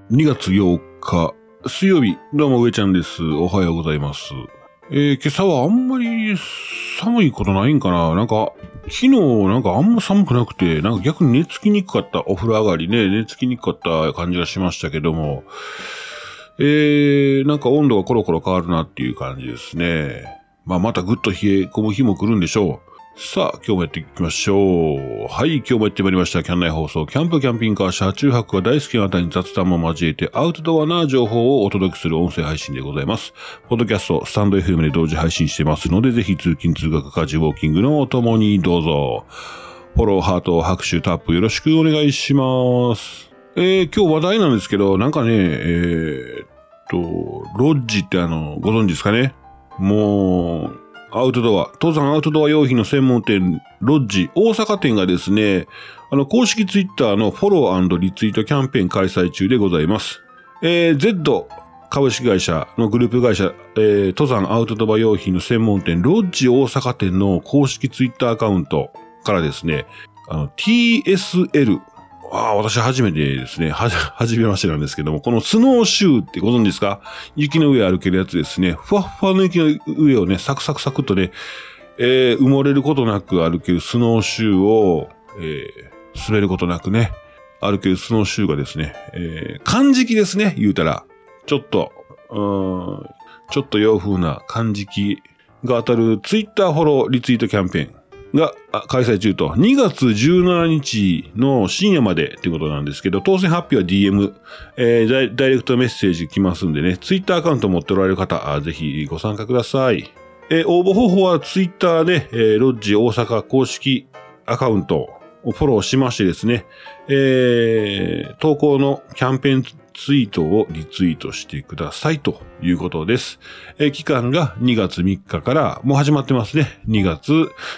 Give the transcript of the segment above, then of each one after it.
2月8日、水曜日、どうも上ちゃんです。おはようございます。今朝はあんまり寒いことないんかな。昨日あんま寒くなくて、逆に寝つきにくかった。お風呂上がりね、寝つきにくかった感じがしましたけども、温度がコロコロ変わるなっていう感じですね。またぐっと冷え込む日も来るんでしょう。さあ、今日もやっていきましょう。はい、今日もやってまいりました。キャン内放送。キャンプ、キャンピングカー、車中泊が大好きな方に雑談も交えてアウトドアな情報をお届けする音声配信でございます。ポッドキャスト、スタンド FM で同時配信してますので、ぜひ通勤通学家事ウォーキングのお供にどうぞ。フォロー、ハート、拍手、タップよろしくお願いします。今日話題なんですけど、ロッジってご存知ですかね。もう、登山アウトドア用品の専門店、ロッジ、大阪店がですね、公式ツイッターのフォロー&リツイートキャンペーン開催中でございます。Z 株式会社のグループ会社、登山アウトドア用品の専門店、ロッジ大阪店の公式ツイッターアカウントからですね、TSL、私初めてですね、初めましてなんですけども、このスノーシューってご存知ですか？雪の上歩けるやつですね。ふわっふわの雪の上をね、サクサクサクっとね、埋もれることなく歩けるスノーシューを、滑ることなくね、歩けるスノーシューがですね、漢字機ですね、言うたら。ちょっと洋風な漢字機が当たるツイッターフォローリツイートキャンペーンが開催中と、2月17日の深夜までっていうことなんですけど、当選発表は DM、ダイレクトメッセージ来ますんでね、ツイッターアカウント持っておられる方、ぜひご参加ください。応募方法はツイッターで、ロッジ大阪公式アカウントをフォローしましてですね、投稿のキャンペーンツイートをリツイートしてくださいということです。期間が2月3日からもう始まってますね。2月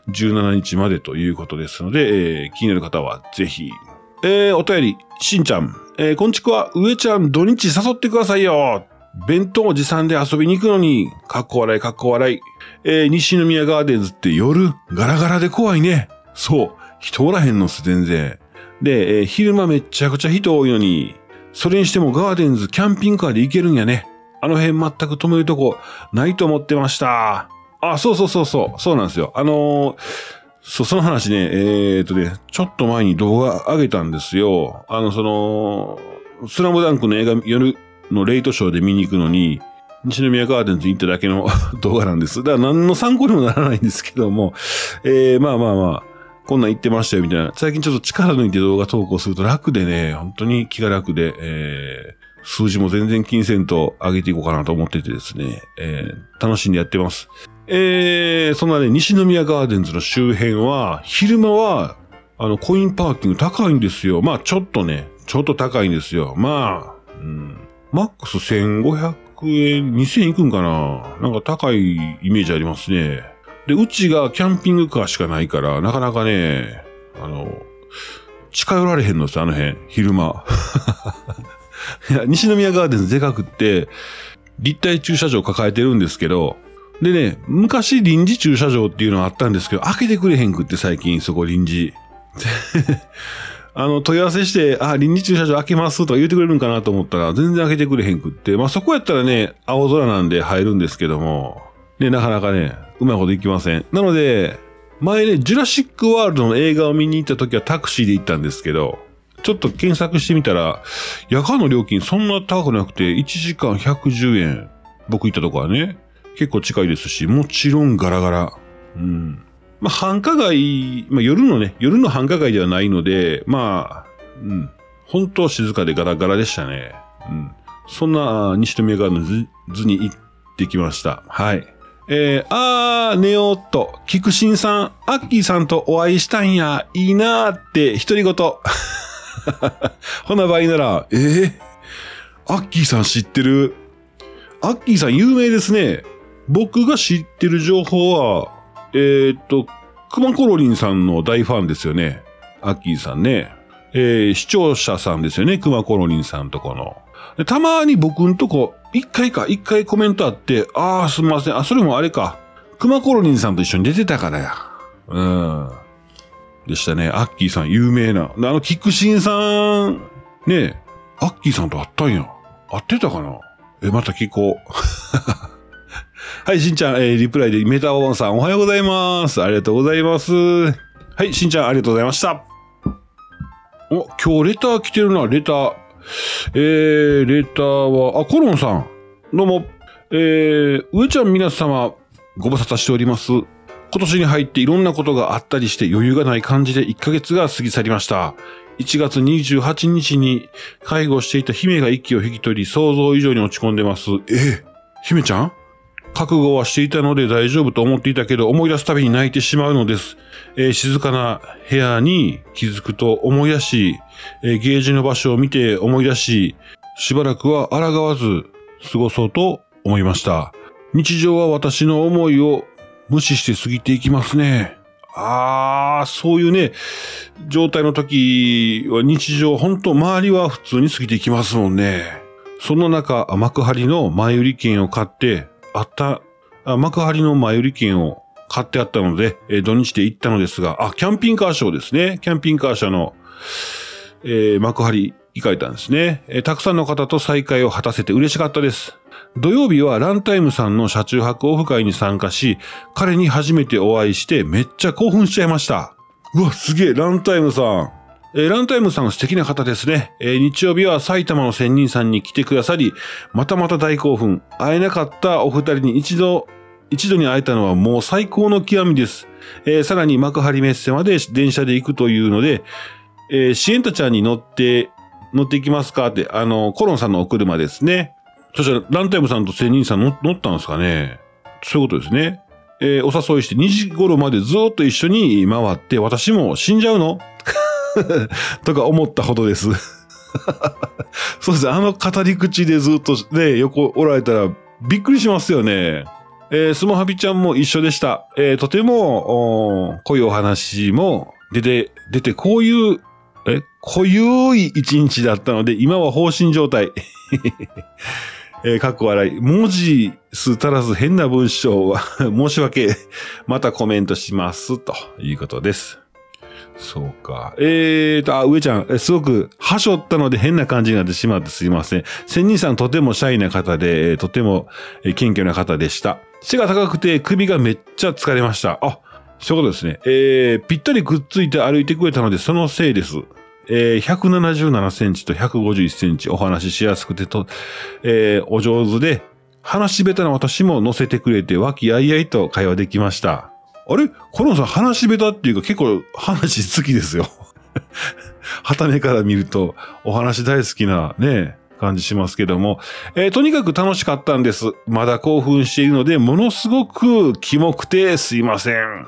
17日までということですので、気になる方はぜひ。お便り、しんちゃん。こんちくわ、上ちゃん土日誘ってくださいよ。弁当持参で遊びに行くのに、かっこ笑い。西宮ガーデンズって夜ガラガラで怖いね。そう。人おらへんのっす、全然。で、昼間めっちゃくちゃ人多いのに、それにしてもガーデンズキャンピングカーで行けるんやね。あの辺全く止めるとこないと思ってました。そうなんですよ。その話ね、ちょっと前に動画上げたんですよ。スラムダンクの映画夜のレイトショーで見に行くのに、西宮ガーデンズに行っただけの動画なんです。だから何の参考にもならないんですけども、こんなん言ってましたよみたいな。最近ちょっと力抜いて動画投稿すると楽でね、本当に気が楽で、数字も全然気にせんと上げていこうかなと思っててですね、楽しんでやってます。そんなね、西宮ガーデンズの周辺は、昼間は、コインパーキング高いんですよ。ちょっと高いんですよ。マックス1500円、2000円いくんかな？高いイメージありますね。で、うちがキャンピングカーしかないから、なかなかね、近寄られへんのですよ、あの辺、昼間。いや、西宮ガーデンズでかくって、立体駐車場抱えてるんですけど、でね、昔臨時駐車場っていうのがあったんですけど、開けてくれへんくって最近そこ臨時。問い合わせして、臨時駐車場開けますとか言ってくれるんかなと思ったら、全然開けてくれへんくって、そこやったらね、青空なんで入るんですけども、ね、なかなかね、うまいこといきません。なので、前ね、ジュラシックワールドの映画を見に行った時はタクシーで行ったんですけど、ちょっと検索してみたら、夜間の料金そんな高くなくて、1時間110円。僕行ったとこはね、結構近いですし、もちろんガラガラ。繁華街、夜の繁華街ではないので、本当静かでガラガラでしたね。そんな西宮ガーデンズに行ってきました。はい。寝ようっと、菊新さん、アッキーさんとお会いしたんや、いいなーって独り言。ほな場合なら、アッキーさん知ってる？アッキーさん有名ですね。僕が知ってる情報は、クマコロリンさんの大ファンですよね。アッキーさんね。視聴者さんですよね、クマコロリンさんとこの。でたまに僕んとこ、一回コメントあって、すみません。それもあれか。クマコロリンさんと一緒に出てたからや。でしたね。アッキーさん有名な。キクシンさん、ね、 アッキーさんと会ったんや。会ってたかな？また聞こう。はい、しんちゃん、リプライでメタボーンさんおはようございます。ありがとうございます。はい、しんちゃんありがとうございました。お、今日レター来てるな、レター。レターは、コロンさん。どうも。上ちゃん皆様、ご無沙汰しております。今年に入っていろんなことがあったりして余裕がない感じで1ヶ月が過ぎ去りました。1月28日に介護していた姫が息を引き取り想像以上に落ち込んでます。姫ちゃん？覚悟はしていたので大丈夫と思っていたけど思い出すたびに泣いてしまうのです。静かな部屋に気づくと思い出し、ゲージの場所を見て思い出し、しばらくは抗わず過ごそうと思いました。日常は私の思いを無視して過ぎていきますね。そういうね、状態の時は日常、本当周りは普通に過ぎていきますもんね。その中、幕張の前売り券を買って幕張の前売り券を買ってあったので、土日で行ったのですが、キャンピングカーショーですね。キャンピングカーショーの、幕張行かれたんですね。たくさんの方と再会を果たせて嬉しかったです。土曜日はランタイムさんの車中泊オフ会に参加し、彼に初めてお会いしてめっちゃ興奮しちゃいました。うわ、すげえ、ランタイムさん。ランタイムさん素敵な方ですね。日曜日は埼玉の仙人さんに来てくださり、またまた大興奮。会えなかったお二人に一度に会えたのはもう最高の極みです。さらに幕張メッセまで電車で行くというので、シエンタちゃんに乗っていきますかって、コロンさんのお車ですね。そしたらランタイムさんと仙人さん乗ったんですかね。そういうことですね。お誘いして2時頃までずっと一緒に回って、私も死んじゃうのとか思ったほどです。そうですね。語り口でずっとね、横おられたらびっくりしますよね。スモハビちゃんも一緒でした。とても、濃いお話も出て、こういう、濃ゆい一日だったので、今は放心状態。かっこ笑い。文字数足らず変な文章は申し訳。またコメントします。ということです。そうか。上ちゃん、すごく、はしょったので変な感じになってしまってすいません。仙人さんとてもシャイな方で、とても謙虚な方でした。背が高くて首がめっちゃ疲れました。そういうことですね。ぴったりくっついて歩いてくれたのでそのせいです。177センチと151センチお話ししやすくてお上手で、話し下手な私も乗せてくれて和気あいあいと会話できました。あれ？コロンさん話し下手っていうか結構話好きですよ。旗目から見るとお話大好きなね、感じしますけども、とにかく楽しかったんです。まだ興奮しているので、ものすごくキモくてすいません。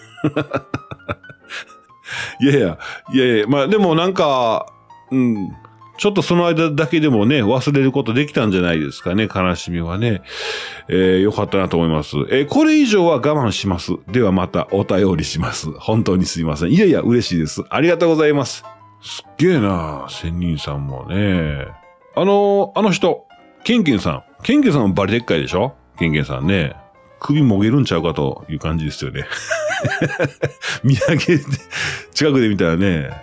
いや、まあでもなんか、ちょっとその間だけでもね、忘れることできたんじゃないですかね、悲しみはね。よかったなと思います。これ以上は我慢します。ではまたお便りします。本当にすいません。いや、嬉しいです。ありがとうございます。すっげえな、仙人さんもね。あの人、ケンケンさん。ケンケンさんもバリでっかいでしょ？ケンケンさんね。首もげるんちゃうかという感じですよね。見上げて、近くで見たらね、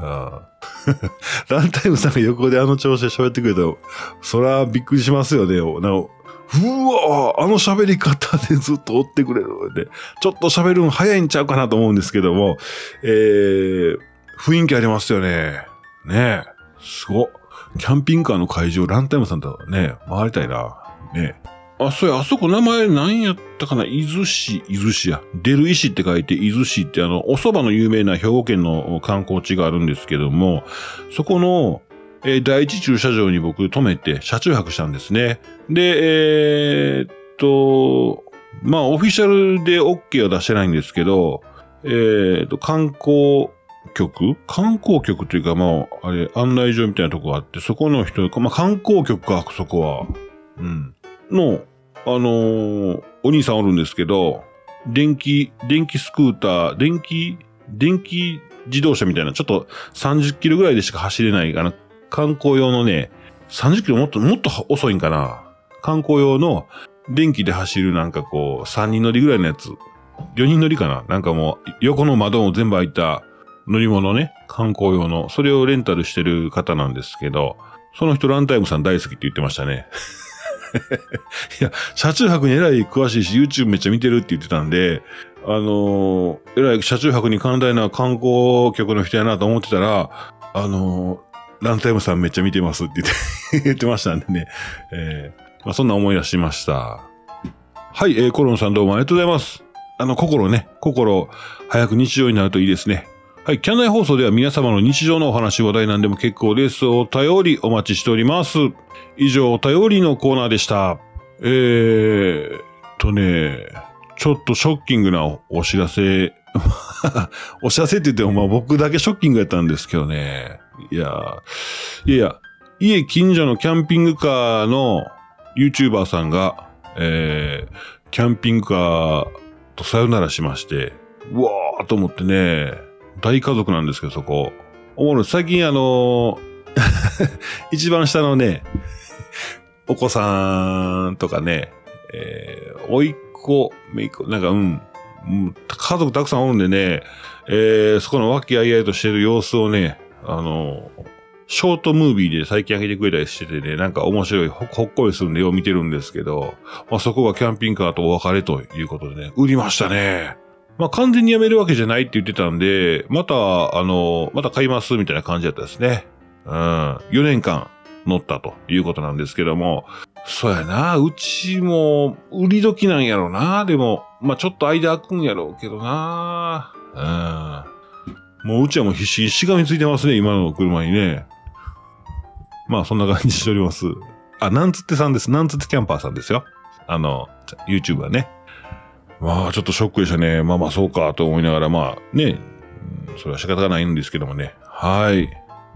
ランタイムさんが横で調子で喋ってくれたら、そらびっくりしますよね。うわ喋り方でずっと追ってくれるので、ちょっと喋るの早いんちゃうかなと思うんですけども、雰囲気ありますよね。ねえ、すごっ。キャンピングカーの会場、ランタイムさんとね、回りたいな。ねえ。そうや、あそこ名前何やったかな？伊豆市や。出る石って書いて伊豆市ってお蕎麦の有名な兵庫県の観光地があるんですけども、そこの、第一駐車場に僕止めて車中泊したんですね。で、まあオフィシャルで OK は出してないんですけど、観光局というか案内所みたいなとこがあって、そこの人、観光局か、そこは。の、お兄さんおるんですけど、電気スクーター、電気自動車みたいな、ちょっと30キロぐらいでしか走れない、観光用のね、30キロもっと遅いんかな。観光用の電気で走る3人乗りぐらいのやつ。4人乗りかな。もう、横の窓も全部開いた乗り物ね、観光用の。それをレンタルしてる方なんですけど、 その人ランタイムさん大好きって言ってましたね。いや、車中泊にえらい詳しいし、YouTube めっちゃ見てるって言ってたんで、えらい車中泊に寛大な観光客の人やなと思ってたら、ランタイムさんめっちゃ見てますって言ってましたんでね。まあ、そんな思い出しました。はい、コロンさんどうもありがとうございます。心、早く日常になるといいですね。はい、キャンナイ放送では皆様の日常のお話、話題なんでも結構です。お便りお待ちしております。以上、お便りのコーナーでした。ちょっとショッキングなお知らせ。お知らせって言っても、まあ僕だけショッキングやったんですけどね。いや、家近所のキャンピングカーの YouTuber さんが、キャンピングカーとさよならしまして、うわーと思ってね、大家族なんですけど、そこ。最近一番下のね、お子さんとかね、甥っ子、姪っ子、なんか、家族たくさんおるんでね、そこの和気あいあいとしてる様子をね、ショートムービーで最近上げてくれたりしててね、なんか面白い、ほっこりするんでよう見てるんですけど、まあそこがキャンピングカーとお別れということでね、売りましたね。まあ完全にやめるわけじゃないって言ってたんで、また買いますみたいな感じだったですね。4年間乗ったということなんですけども、そうやな、うちも売り時なんやろな、でも、まあちょっと間空くんやろうけどな。もううちはもう必死にしがみついてますね、今の車にね。まあそんな感じしております。なんつってさんです。なんつってキャンパーさんですよ。YouTuber ね。まあちょっとショックでしたね。まあそうかと思いながら、まあね、それは仕方がないんですけどもね。はい。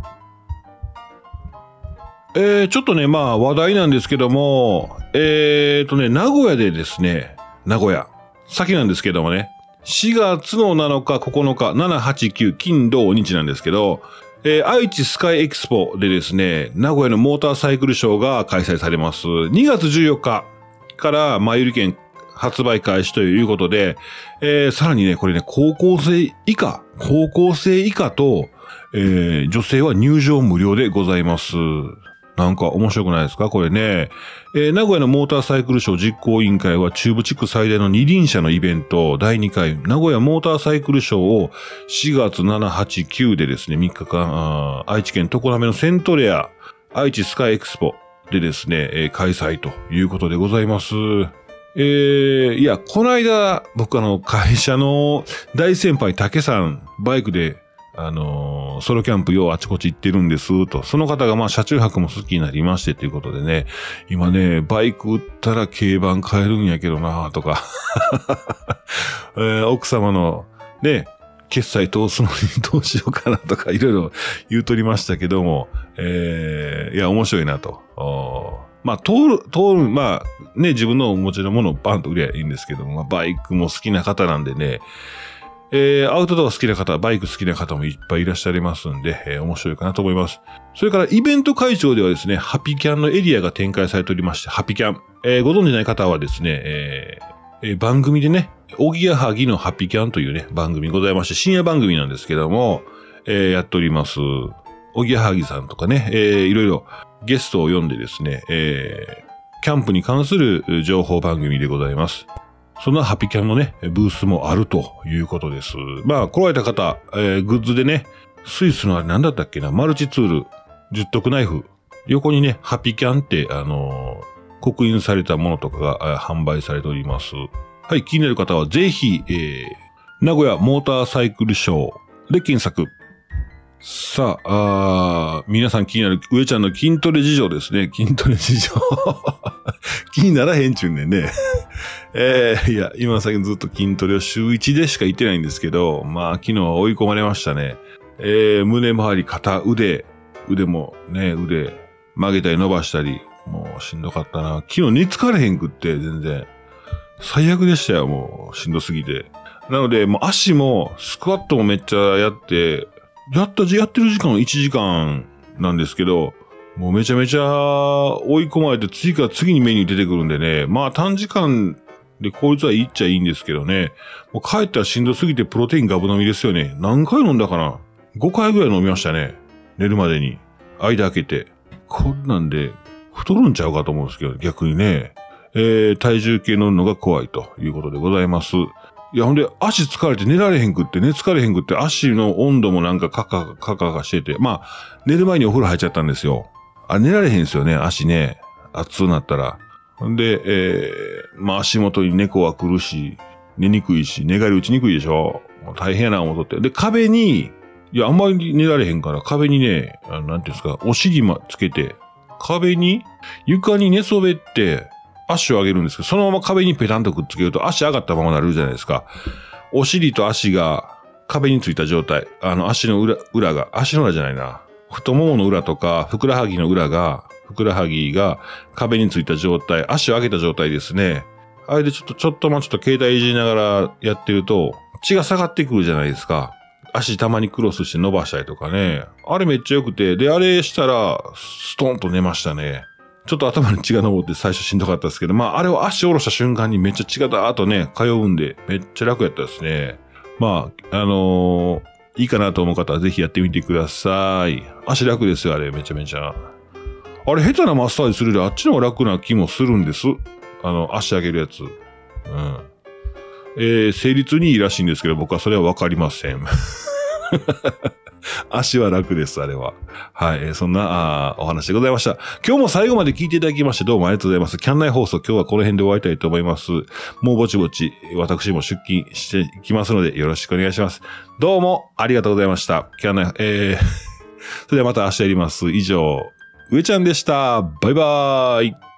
ちょっとね、まあ話題なんですけども、名古屋でですね、先なんですけどもね、4月の7日、9日、7、8、9、金、土、日なんですけど、愛知スカイエクスポでですね、名古屋のモーターサイクルショーが開催されます。2月14日から前売り券発売開始ということで、さらにね、これね、高校生以下と、女性は入場無料でございます。なんか面白くないですかこれね。名古屋のモーターサイクルショー実行委員会は中部地区最大の二輪車のイベント、第2回名古屋モーターサイクルショーを4月7、8、9でですね、3日間、愛知県常滑のセントレア、愛知スカイエクスポでですね、開催ということでございます。この間、僕会社の大先輩竹さん、バイクで、ソロキャンプようあちこち行ってるんですと。その方がまあ車中泊も好きになりましてということでね、今ね、バイク売ったら軽バン買えるんやけどなとか、奥様のね、決済通すのにどうしようかなとかいろいろ言うとりましたけども、面白いなと。まあ、まあ、ね、自分のお持ちのものをバンと売りゃいいんですけども、まあ、バイクも好きな方なんでね、アウトドア好きな方、バイク好きな方もいっぱいいらっしゃいますんで、面白いかなと思います。それからイベント会場ではですね、ハピキャンのエリアが展開されておりまして、ハピキャン。ご存知ない方はですね、番組でね、おぎやはぎのハピキャンというね、番組ございまして、深夜番組なんですけども、やっております。おぎやはぎさんとかね、いろいろゲストを呼んでですね、キャンプに関する情報番組でございます。そんなハピキャンのね、ブースもあるということです。まあ、来られた方、グッズでね、スイスのあれ何だったっけな、マルチツール、10徳ナイフ、横にね、ハピキャンって、刻印されたものとかが販売されております。はい、気になる方はぜひ、名古屋モーターサイクルショーで検索。さあ、皆さん気になる上ちゃんの筋トレ事情ですね。筋トレ事情。気にならへんちゅうねんね。今最近ずっと筋トレを週1でしか行ってないんですけど、まあ昨日は追い込まれましたね。胸周り、肩、腕もね、腕曲げたり伸ばしたり、もうしんどかったな。昨日寝つかれへんくって全然。最悪でしたよ、もうしんどすぎて。なので、もう足もスクワットもめっちゃやって、やってる時間は1時間なんですけど、もうめちゃめちゃ追い込まれて次から次にメニュー出てくるんでね、まあ短時間で効率はいいっちゃいいんですけどね、もう帰ったらしんどすぎてプロテインガブ飲みですよね。何回飲んだかな ?5 回ぐらい飲みましたね。寝るまでに。間開けて。 こんなんで太るんちゃうかと思うんですけど、逆にね。体重計乗るのが怖いということでございます。いや、ほんで、足疲れて寝られへんくって、疲れへんくって、足の温度もなんかカカしてて、まあ、寝る前にお風呂入っちゃったんですよ。寝られへんですよね、足ね。熱くなったら。ほんで、まあ足元に猫は来るし、寝にくいし、寝返り打ちにくいでしょ。もう大変やな思って。で、壁に、いや、あんまり寝られへんから、壁にね、なんていうんですか、お尻つけて、壁に、床に寝そべって、足を上げるんですけど、そのまま壁にペタンとくっつけると足上がったままなるじゃないですか。お尻と足が壁についた状態。足の裏が、足の裏じゃないな。太ももの裏とか、ふくらはぎの裏が、ふくらはぎが壁についた状態、足を上げた状態ですね。あれでちょっと携帯いじりながらやってると、血が下がってくるじゃないですか。足たまにクロスして伸ばしたりとかね。あれめっちゃ良くて、で、あれしたら、ストンと寝ましたね。ちょっと頭に血が上って最初しんどかったですけど、まああれを足を下ろした瞬間にめっちゃ血がダーッとね、通うんで、めっちゃ楽やったですね。まあ、いいかなと思う方はぜひやってみてください。足楽ですよ、あれ、めちゃめちゃ。あれ、下手なマッサージするよりあっちの方が楽な気もするんです。足上げるやつ。生理痛にいいらしいんですけど、僕はそれはわかりません。足は楽です、あれは。はい、そんなお話でございました。今日も最後まで聞いていただきましてどうもありがとうございます。キャン内放送、今日はこの辺で終わりたいと思います。もうぼちぼち、私も出勤していきますので、よろしくお願いします。どうもありがとうございました。キャン内、それではまた明日やります。以上、上ちゃんでした。バイバーイ。